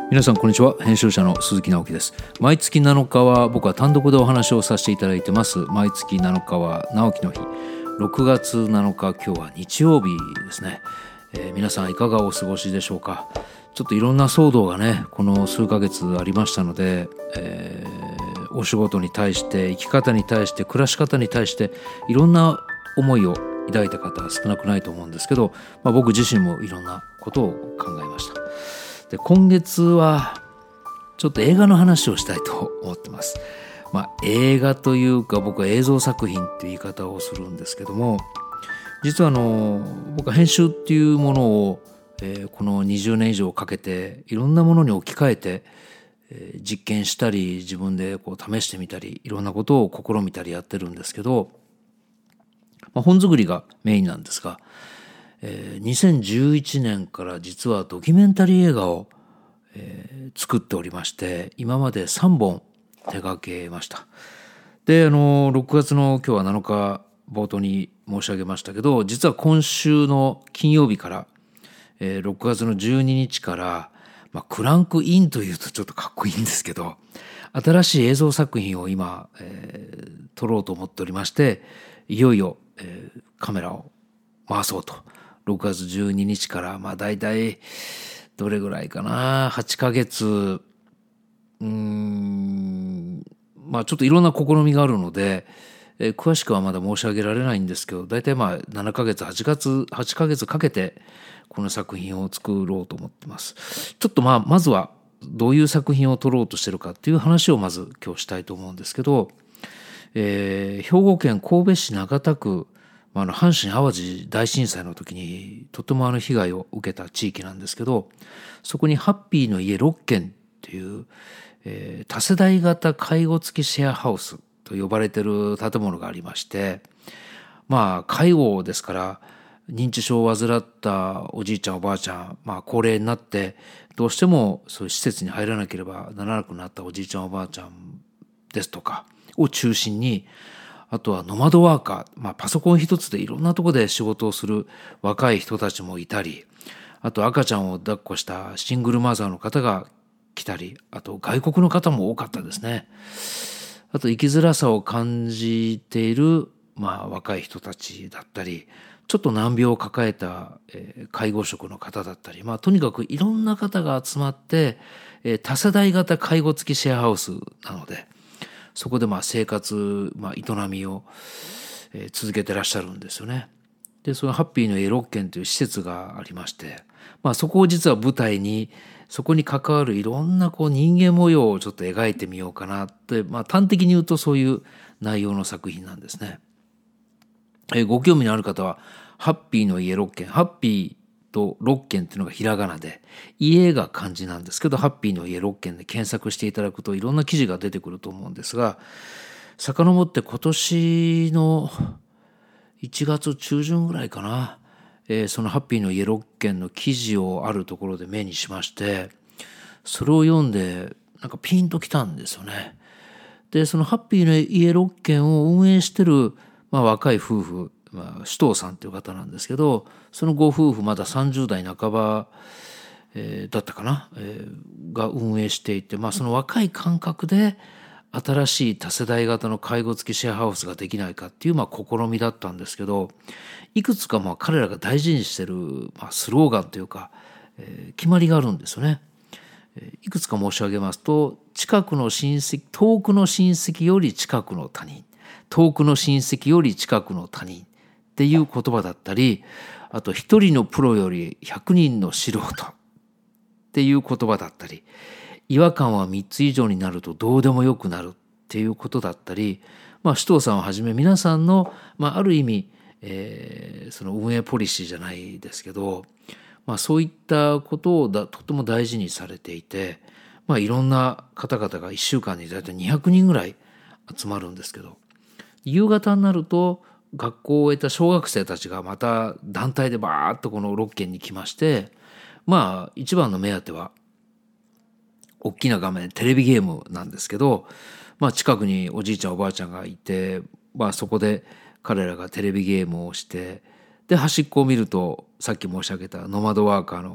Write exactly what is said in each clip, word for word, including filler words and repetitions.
皆さんこんにちは。編集者の鈴木直樹です。毎月なのかは僕は単独でお話をさせていただいてます。毎月なのかは直樹の日。ろくがつなのか、今日は日曜日ですね。えー、皆さんいかがお過ごしでしょうか。ちょっといろんな騒動がねこの数ヶ月ありましたので、えー、お仕事に対して生き方に対して暮らし方に対していろんな思いを抱いた方は少なくないと思うんですけど、まあ、僕自身もいろんなことを考えました。で今月はちょっと映画の話をしたいと思ってます。まあ、映画というか僕は映像作品っていう言い方をするんですけども、実はあの僕は編集っていうものを、えー、このにじゅうねん以上かけていろんなものに置き換えて、えー、実験したり自分でこう試してみたりいろんなことを試みたりやってるんですけど、まあ、本作りがメインなんですが、えー、にせんじゅういちねんから実はドキュメンタリー映画を、えー、作っておりまして、今までさんぼん手掛けました。で、あのろくがつの今日はなのか冒頭に申し上げましたけど、実は今週の金曜日から、えー、ろくがつのじゅうににちから、まあ、クランクインというとちょっとかっこいいんですけど、新しい映像作品を今、えー、撮ろうと思っておりまして、いよいよ、えー、カメラを回そうと。ろくがつじゅうににちから、まあ大体どれぐらいかな、はちかげつ、うーん、まあちょっといろんな試みがあるので、えー、詳しくはまだ申し上げられないんですけど、大体まあななかげつ、はちがつ、はちかげつかけてこの作品を作ろうと思ってます。ちょっとまあまずはどういう作品を撮ろうとしてるかっていう話をまず今日したいと思うんですけど、えー、兵庫県神戸市長田区、あの阪神・淡路大震災の時にとてもあの被害を受けた地域なんですけど、そこにハッピーの家ろっけんっていう、えー、多世代型介護付きシェアハウスと呼ばれてる建物がありまして、まあ介護ですから認知症を患ったおじいちゃんおばあちゃん、まあ高齢になってどうしてもそういう施設に入らなければならなくなったおじいちゃんおばあちゃんですとかを中心に、あとはノマドワーカー、まあ、パソコン一つでいろんなところで仕事をする若い人たちもいたり、あと赤ちゃんを抱っこしたシングルマザーの方が来たり、あと外国の方も多かったですね。あと生きづらさを感じている、まあ、若い人たちだったり、ちょっと難病を抱えた、えー、介護職の方だったり、まあ、とにかくいろんな方が集まって、えー、多世代型介護付きシェアハウスなので、そこでまあ生活、まあ、営みを、えー、続けてらっしゃるんですよね。で、そのハッピーの家ろっけんという施設がありまして、まあ、そこを実は舞台にそこに関わるいろんなこう人間模様をちょっと描いてみようかなって、まあ、端的に言うとそういう内容の作品なんですね。えー、ご興味のある方はハッピーの家ろっけん、ハッピーとろっけんっていうのがひらがなで、家が漢字なんですけど、ハッピーの家ろっけんで検索していただくといろんな記事が出てくると思うんですが、遡って今年のいちがつちゅうじゅんぐらいかな、えー、そのハッピーの家ろっけんの記事をあるところで目にしまして、それを読んでなんかピンときたんですよね。で、そのハッピーの家ろっけんを運営してる、まあ、若い夫婦、まあ、首藤さんという方なんですけど、そのご夫婦まださんじゅうだいなかば、えー、だったかな、えー、が運営していて、まあ、その若い感覚で新しい多世代型の介護付きシェアハウスができないかっていう、まあ、試みだったんですけど、いくつかまあ彼らが大事にしてる、まあ、スローガンというか、えー、決まりがあるんですよね。いくつか申し上げますと、近くの親戚、遠くの親戚より近くの他人、遠くの親戚より近くの他人っていう言葉だったり、あと一人のプロより百人の素人っていう言葉だったり、違和感はみっつ以上になるとどうでもよくなるっていうことだったり、まあ首藤さんをはじめ皆さんの、まあ、ある意味、えー、その運営ポリシーじゃないですけど、まあ、そういったことをだとても大事にされていて、まあ、いろんな方々がいっしゅうかんに大体にひゃくにんぐらい集まるんですけど、夕方になると学校を終えた小学生たちがまた団体でバーッとこのろっけんに来まして、まあ一番の目当ては大きな画面テレビゲームなんですけど、まあ、近くにおじいちゃんおばあちゃんがいて、まあ、そこで彼らがテレビゲームをして、で端っこを見るとさっき申し上げたノマドワーカーの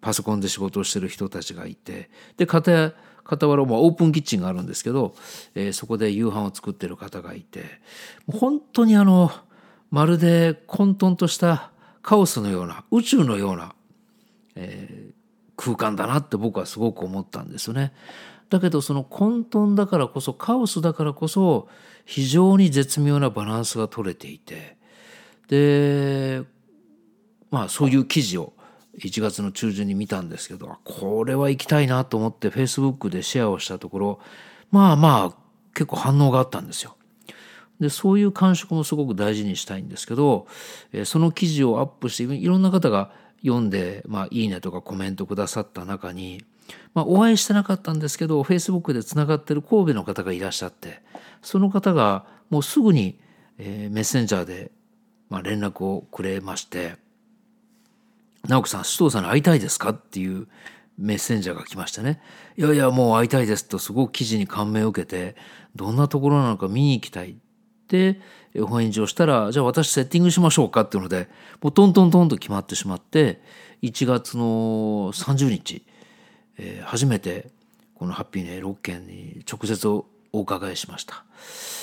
パソコンで仕事をしてる人たちがいて、で片や傍らもオープンキッチンがあるんですけど、えー、そこで夕飯を作ってる方がいて、もう本当にあのまるで混沌としたカオスのような宇宙のような、えー、空間だなって僕はすごく思ったんですよね。だけどその混沌だからこそ、カオスだからこそ非常に絶妙なバランスが取れていて、でまあそういう記事をいちがつの中旬に見たんですけど、これは行きたいなと思ってフェイスブックでシェアをしたところ、まあまあ結構反応があったんですよ。でそういう感触もすごく大事にしたいんですけど、えー、その記事をアップしていろんな方が読んで、まあ、いいねとかコメントくださった中に、まあ、お会いしてなかったんですけどフェイスブックでつながってる神戸の方がいらっしゃって、その方がもうすぐに、えー、メッセンジャーで、まあ、連絡をくれまして、直樹さん、首藤さんに会いたいですかっていうメッセンジャーが来ましてね。いやいやもう会いたいですとすごく記事に感銘を受けて、どんなところなのか見に行きたいってお返事をしたら、じゃあ私セッティングしましょうかっていうので、もうトントントンと決まってしまって、いちがつのさんじゅうにち、えー、初めてこのハッピーねろっけんに直接お伺いしました。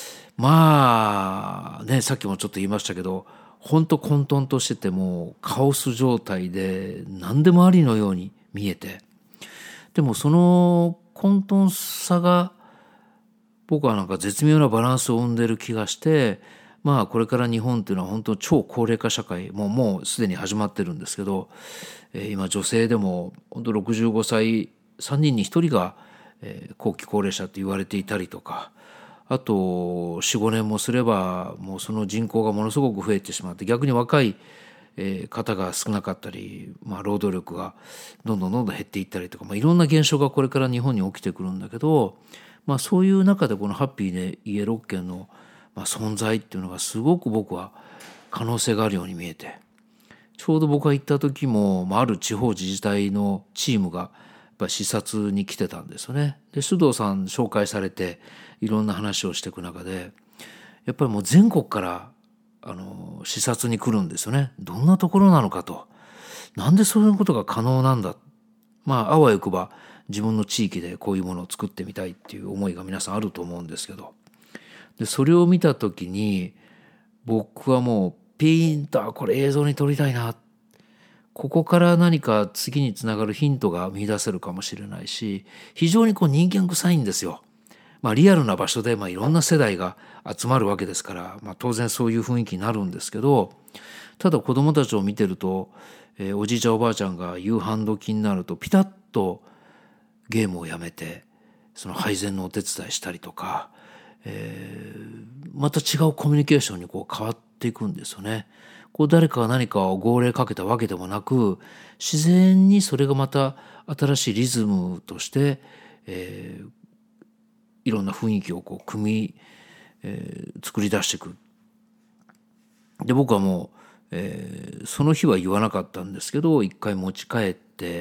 まあね、さっきもちょっと言いましたけど、本当混沌としててもカオス状態で何でもありのように見えて、でもその混沌さが僕はなんか絶妙なバランスを生んでる気がして、まあこれから日本っていうのは本当超高齢化社会、もうもうすでに始まってるんですけど、えー、今女性でも本当ろくじゅうごさいさんにんにひとりが、えー、後期高齢者って言われていたりとか、あと よん、ごねんもすればもうその人口がものすごく増えてしまって、逆に若い方が少なかったり、まあ、労働力がどんどんどんどん減っていったりとか、まあ、いろんな現象がこれから日本に起きてくるんだけど、まあ、そういう中でこのハッピーで家ろっけんのまあ存在っていうのがすごく僕は可能性があるように見えて、ちょうど僕が行った時も、まあ、ある地方自治体のチームがやっぱり視察に来てたんですよね。で須藤さん紹介されていろんな話をしていく中で、やっぱりもう全国からあの視察に来るんですよね。どんなところなのかと、なんでそういうことが可能なんだ、まああわよくば自分の地域でこういうものを作ってみたいっていう思いが皆さんあると思うんですけど、でそれを見た時に僕はもうピーンとこれ映像に撮りたいな、ここから何か次につながるヒントが見出せるかもしれないし、非常にこう人間臭いんですよ。まあ、リアルな場所で、まあ、いろんな世代が集まるわけですから、まあ、当然そういう雰囲気になるんですけど、ただ子どもたちを見てると、えー、おじいちゃんおばあちゃんが夕飯時になるとピタッとゲームをやめてその配膳のお手伝いしたりとか、えー、また違うコミュニケーションにこう変わっていくんですよね。こう誰かが何かを号令かけたわけでもなく、自然にそれがまた新しいリズムとして、えーいろんな雰囲気をこう組み、えー、作り出していく。で僕はもう、えー、その日は言わなかったんですけど、一回持ち帰って、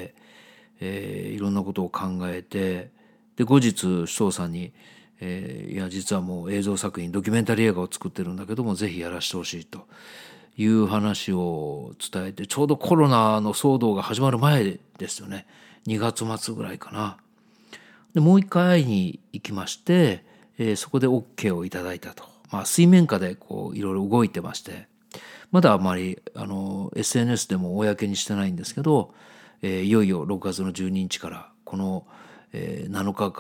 えー、いろんなことを考えて、で後日首藤さんに、えー、いや実はもう映像作品ドキュメンタリー映画を作ってるんだけどもぜひやらせてほしいという話を伝えて、ちょうどコロナの騒動が始まる前ですよね。にがつまつぐらいかな。でもう一回会いに行きまして、えー、そこで OK をいただいたと。まあ水面下でこういろいろ動いてまして、まだあまりあの エスエヌエス でも公にしてないんですけど、えー、いよいよろくがつのじゅうににちからこの、えー、なのかから、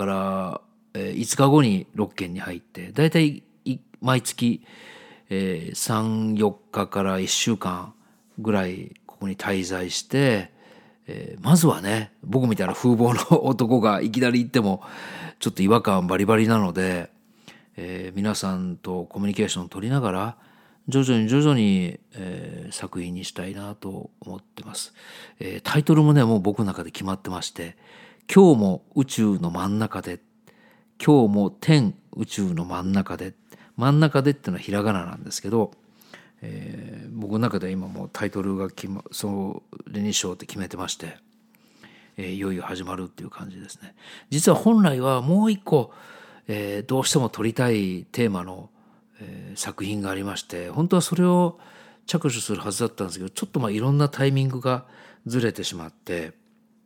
えー、いつかごにろっけんに入って、だいたい毎月、えー、さん、よっかからいっしゅうかんぐらいここに滞在して、えー、まずはね、僕みたいな風貌の男がいきなり行ってもちょっと違和感バリバリなので、えー、皆さんとコミュニケーションを取りながら徐々に徐々に、えー、作品にしたいなと思ってます。えー、タイトルもねもう僕の中で決まってまして、今日も宇宙の真ん中で、今日も天宇宙の真ん中で、真ん中でっていうのはひらがななんですけど、えー、僕の中では今もうタイトルが決まそれにしようって決めてまして、えー、いよいよ始まるっていう感じですね。実は本来はもう一個、えー、どうしても撮りたいテーマの、えー、作品がありまして、本当はそれを着手するはずだったんですけど、ちょっとまあいろんなタイミングがずれてしまって、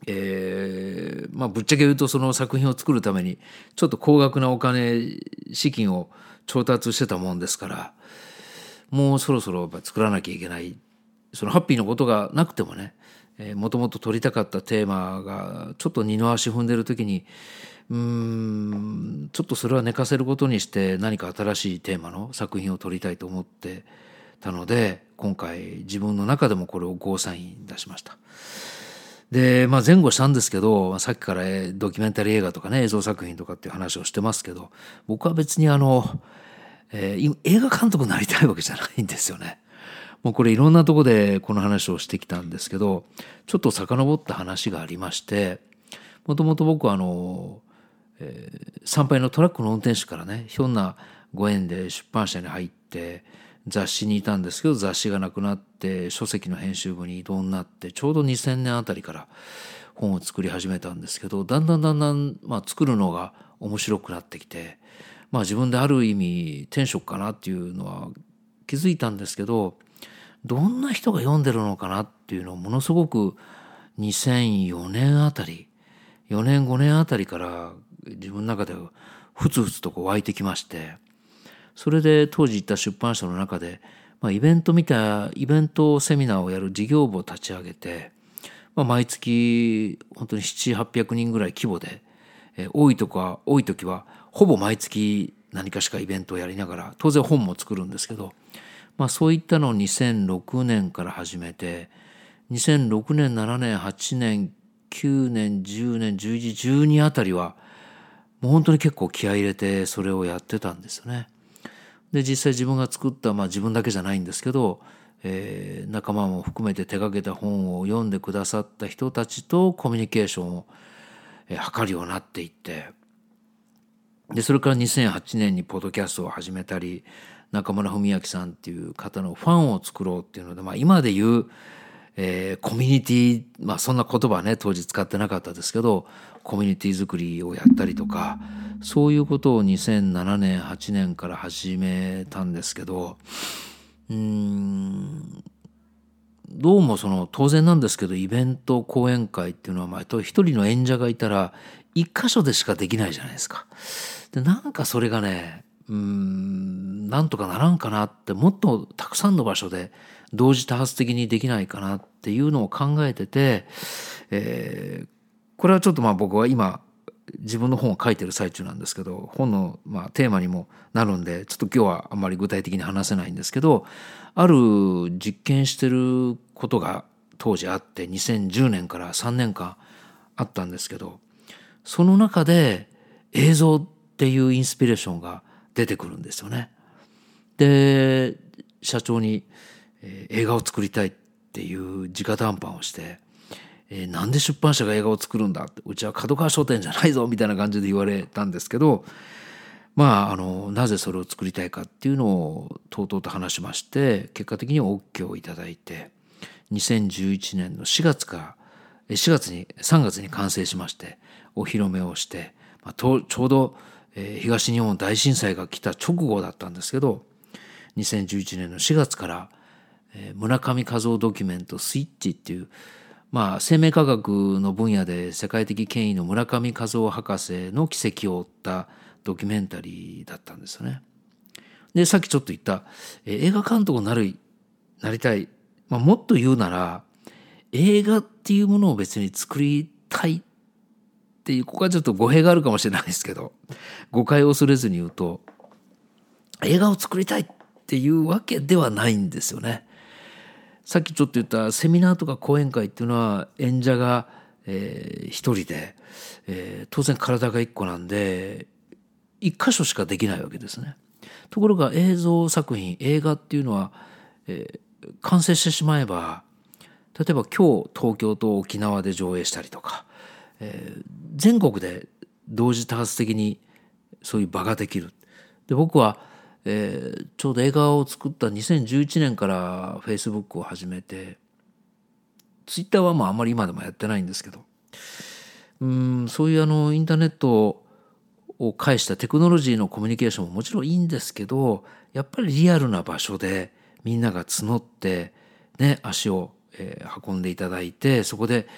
えーまあ、ぶっちゃけ言うとその作品を作るためにちょっと高額なお金資金を調達してたもんですから、もうそろそろやっぱ作らなきゃいけない。そのハッピーのことがなくてもね、もともと撮りたかったテーマがちょっと二の足踏んでる時に、うーんちょっとそれは寝かせることにして何か新しいテーマの作品を撮りたいと思ってたので、今回自分の中でもこれをゴーサイン出しました。で、まあ、前後したんですけど、さっきからドキュメンタリー映画とかね、映像作品とかっていう話をしてますけど、僕は別にあの、えー、映画監督になりたいわけじゃないんですよね。もうこれいろんなとこでこの話をしてきたんですけど、ちょっと遡った話がありまして、もともと僕はあの、えー、参拝のトラックの運転手からね、ひょんなご縁で出版社に入って雑誌にいたんですけど、雑誌がなくなって書籍の編集部に異動になって、ちょうどにせんねんあたりから本を作り始めたんですけど、だんだんだんだん、まあ、作るのが面白くなってきて、まあ自分である意味天職かなっていうのは気づいたんですけど、どんな人が読んでるのかなっていうのをものすごくにせんよねんあたり、よねんごねんあたりから自分の中でふつふつとこう湧いてきまして、それで当時行った出版社の中で、まあ、イベントみたいイベントセミナーをやる事業部を立ち上げて、まあ、毎月本当にななひゃくはっぴゃくにんぐらい規模で、えー、多いとか多い時はほぼ毎月何かしかイベントをやりながら、当然本も作るんですけど、まあ、そういったのをにせんろくねんから始めて、にせんろくねんななねんはちねんきゅうねんじゅうねんじゅういちじゅうにあたりはもう本当に結構気合い入れてそれをやってたんですよね。で実際自分が作った、まあ、自分だけじゃないんですけど、えー、仲間も含めて手掛けた本を読んでくださった人たちとコミュニケーションを、えー、図るようになっていって、でそれからにせんはちねんにポッドキャストを始めたり、中村文明さんっていう方のファンを作ろうっていうので、まあ、今で言う、えー、コミュニティ、まあそんな言葉はね当時使ってなかったですけど、コミュニティ作りをやったりとか、そういうことをにせんななねんはちねんから始めたんですけど、うーんどうもその当然なんですけど、イベント講演会っていうのはまあ一人の演者がいたら一箇所でしかできないじゃないですか。でなんかそれがね、うーんなんとかならんかなって、もっとたくさんの場所で同時多発的にできないかなっていうのを考えてて、えー、これはちょっとまあ僕は今自分の本を書いてる最中なんですけど、本のまあテーマにもなるんでちょっと今日はあんまり具体的に話せないんですけど、ある実験してることが当時あって、にせんじゅうねんからさんねんかんあったんですけど、その中で映像っていうインスピレーションが出てくるんですよね。で社長に、えー、映画を作りたいっていう直談判をして、えー、なんで出版社が映画を作るんだって、うちは角川書店じゃないぞみたいな感じで言われたんですけど、まああのなぜそれを作りたいかっていうのをとうとうと話しまして、結果的に OK をいただいて、にせんじゅういちねんのしがつからしがつにさんがつに完成しまして、お披露目をして、まあ、とちょうど、えー、東日本大震災が来た直後だったんですけど、にせんじゅういちねんのしがつから、えー、村上和夫ドキュメントスイッチっていう、まあ、生命科学の分野で世界的権威の村上和夫博士の軌跡を追ったドキュメンタリーだったんですよね。でさっきちょっと言った、えー、映画監督になるなりたい、まあ、もっと言うなら映画っていうものを別に作りたいっていう、ここはちょっと語弊があるかもしれないですけど、誤解を恐れずに言うと、映画を作りたいっていうわけではないんですよね。さっきちょっと言ったセミナーとか講演会っていうのは演者が、えー、一人で、えー、当然体が一個なんで一箇所しかできないわけですね。ところが映像作品、映画っていうのは、えー、完成してしまえば、例えば今日東京と沖縄で上映したりとか、えー、全国で同時多発的にそういう場ができる。で僕は、えー、ちょうど映画を作ったにせんじゅういちねんからフェイスブックを始めて、ツイッターはまああんまり今でもやってないんですけど、うーんそういうあのインターネットを介したテクノロジーのコミュニケーションももちろんいいんですけど、やっぱりリアルな場所でみんなが募ってね、足を、えー、運んでいただいて、そこで、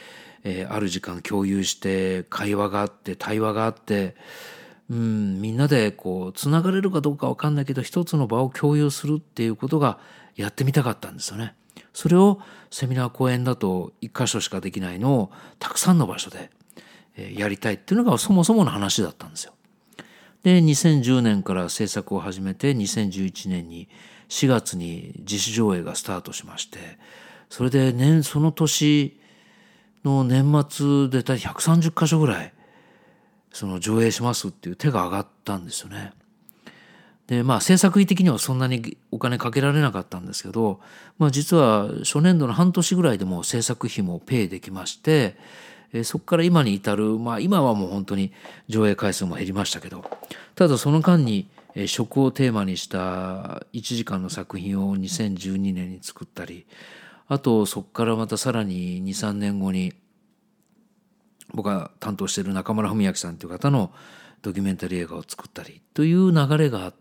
えー、ある時間共有して会話があって対話があって、うん、みんなでこうつながれるかどうか分かんないけど一つの場を共有するっていうことがやってみたかったんですよね。それをセミナー講演だと一箇所しかできないのをたくさんの場所でやりたいっていうのがそもそもの話だったんですよ。でにせんじゅうねんから制作を始めてにせんじゅういちねんにしがつに自主上映がスタートしまして、それで年その年の年末でひゃくさんじゅっかしょぐらいその上映しますっていう手が挙がったんですよね。でまあ制作費的にはそんなにお金かけられなかったんですけど、まあ、実は初年度の半年ぐらいでもう制作費もペイできまして、えそこから今に至る、まあ今はもう本当に上映回数も減りましたけど、ただその間に食をテーマにしたいちじかんの作品をにせんじゅうにねんに作ったり、あとそこからまたさらににさんねんごに僕が担当している中村文明さんという方のドキュメンタリー映画を作ったりという流れがあって、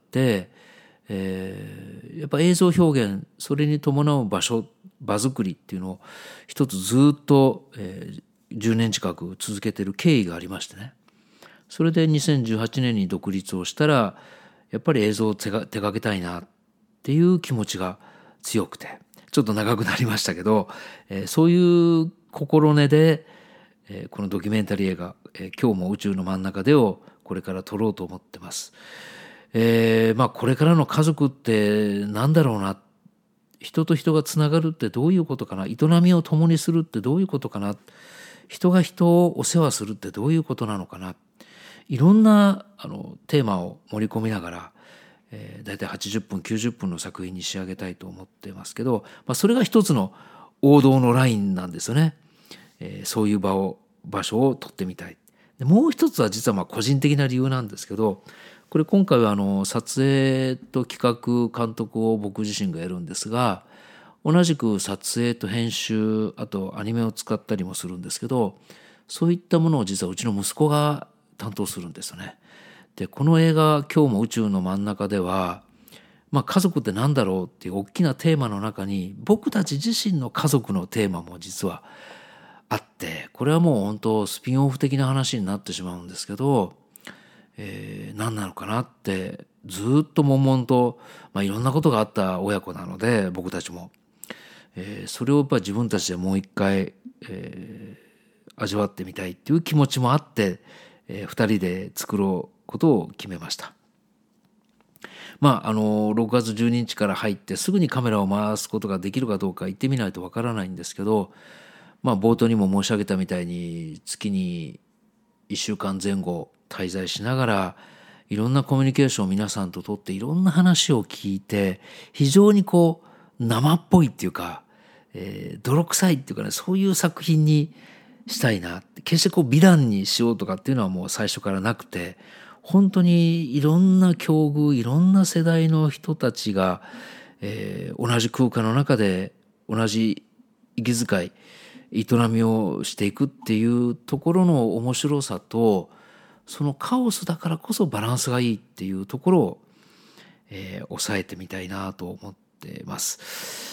えー、やっぱ映像表現、それに伴う場所場作りっていうのを一つずっと、えー、じゅうねん近く続けている経緯がありましてね。それでにせんじゅうはちねんに独立をしたらやっぱり映像を手が手掛けたいなっていう気持ちが強くて、ちょっと長くなりましたけど、えー、そういう心根で、えー、このドキュメンタリー映画、えー、今日も宇宙の真ん中でをこれから撮ろうと思ってます。えー、まあこれからの家族ってなんだろうな、人と人がつながるってどういうことかな、営みを共にするってどういうことかな、人が人をお世話するってどういうことなのかな、いろんなあのテーマを盛り込みながら、えー、だいたいはちじゅっぷんきゅうじゅっぷんの作品に仕上げたいと思ってますけど、まあ、それが一つの王道のラインなんですよね。えー、そういう場を場所を撮ってみたい。でもう一つは実はまあ個人的な理由なんですけど、これ今回はあの撮影と企画監督を僕自身がやるんですが、同じく撮影と編集、あとアニメを使ったりもするんですけど、そういったものを実はうちの息子が担当するんですよね。でこの映画今日も宇宙の真ん中では、まあ、家族って何だろうっていう大きなテーマの中に僕たち自身の家族のテーマも実はあって、これはもう本当スピンオフ的な話になってしまうんですけど、えー、何なのかなってずっと悶々と、まあ、いろんなことがあった親子なので僕たちも、えー、それをやっぱり自分たちでもう一回、えー、味わってみたいっていう気持ちもあって、えー、ふたりで作ろうことを決めました。まああのろくがつじゅうににちから入ってすぐにカメラを回すことができるかどうか行ってみないとわからないんですけど、まあ冒頭にも申し上げたみたいに月にいっしゅうかんぜん後滞在しながらいろんなコミュニケーションを皆さんと取っていろんな話を聞いて、非常にこう生っぽいっていうか、えー、泥臭いっていうかね、そういう作品にしたいな。決してこう美談にしようとかっていうのはもう最初からなくて、本当にいろんな境遇、いろんな世代の人たちが、えー、同じ空間の中で同じ息遣い、営みをしていくっていうところの面白さと、そのカオスだからこそバランスがいいっていうところを、えー、抑えてみたいなと思ってます。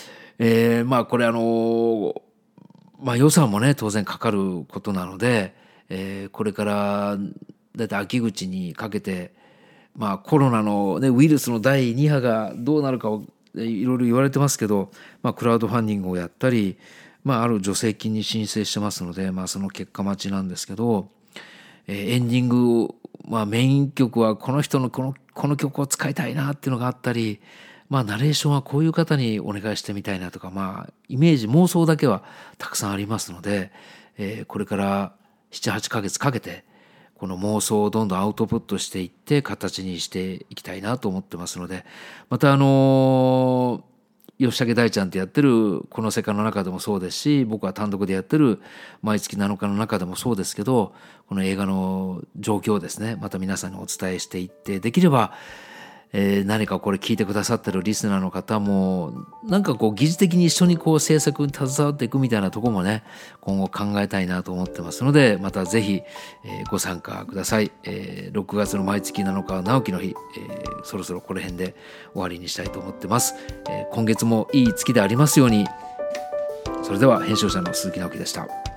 えー、まあこれあのまあ予算もね当然かかることなので、えー、これからだいたい秋口にかけて、まあコロナのねウイルスのだいに波がどうなるかをいろいろ言われてますけど、まあクラウドファンディングをやったり、まあある助成金に申請してますので、まあその結果待ちなんですけど、えー、エンディング、まあメイン曲はこの人のこのこの曲を使いたいなっていうのがあったり、まあナレーションはこういう方にお願いしてみたいなとか、まあイメージ妄想だけはたくさんありますので、えー、これからななはちかげつかけてこの妄想をどんどんアウトプットしていって形にしていきたいなと思ってますので、またあのー吉武大ちゃんってやってるこの世界の中でもそうですし、僕は単独でやってる毎月なのかの中でもそうですけど、この映画の状況をですね、また皆さんにお伝えしていって、できれば、えー、何かこれ聞いてくださってるリスナーの方もなんかこう疑似的に一緒にこう制作に携わっていくみたいなところもね、今後考えたいなと思ってますので、またぜひ、えー、ご参加ください。えー、ろくがつの毎月なのかは直樹の日、えー、そろそろこの辺で終わりにしたいと思ってます。えー、今月もいい月でありますように。それでは編集者の鈴木直樹でした。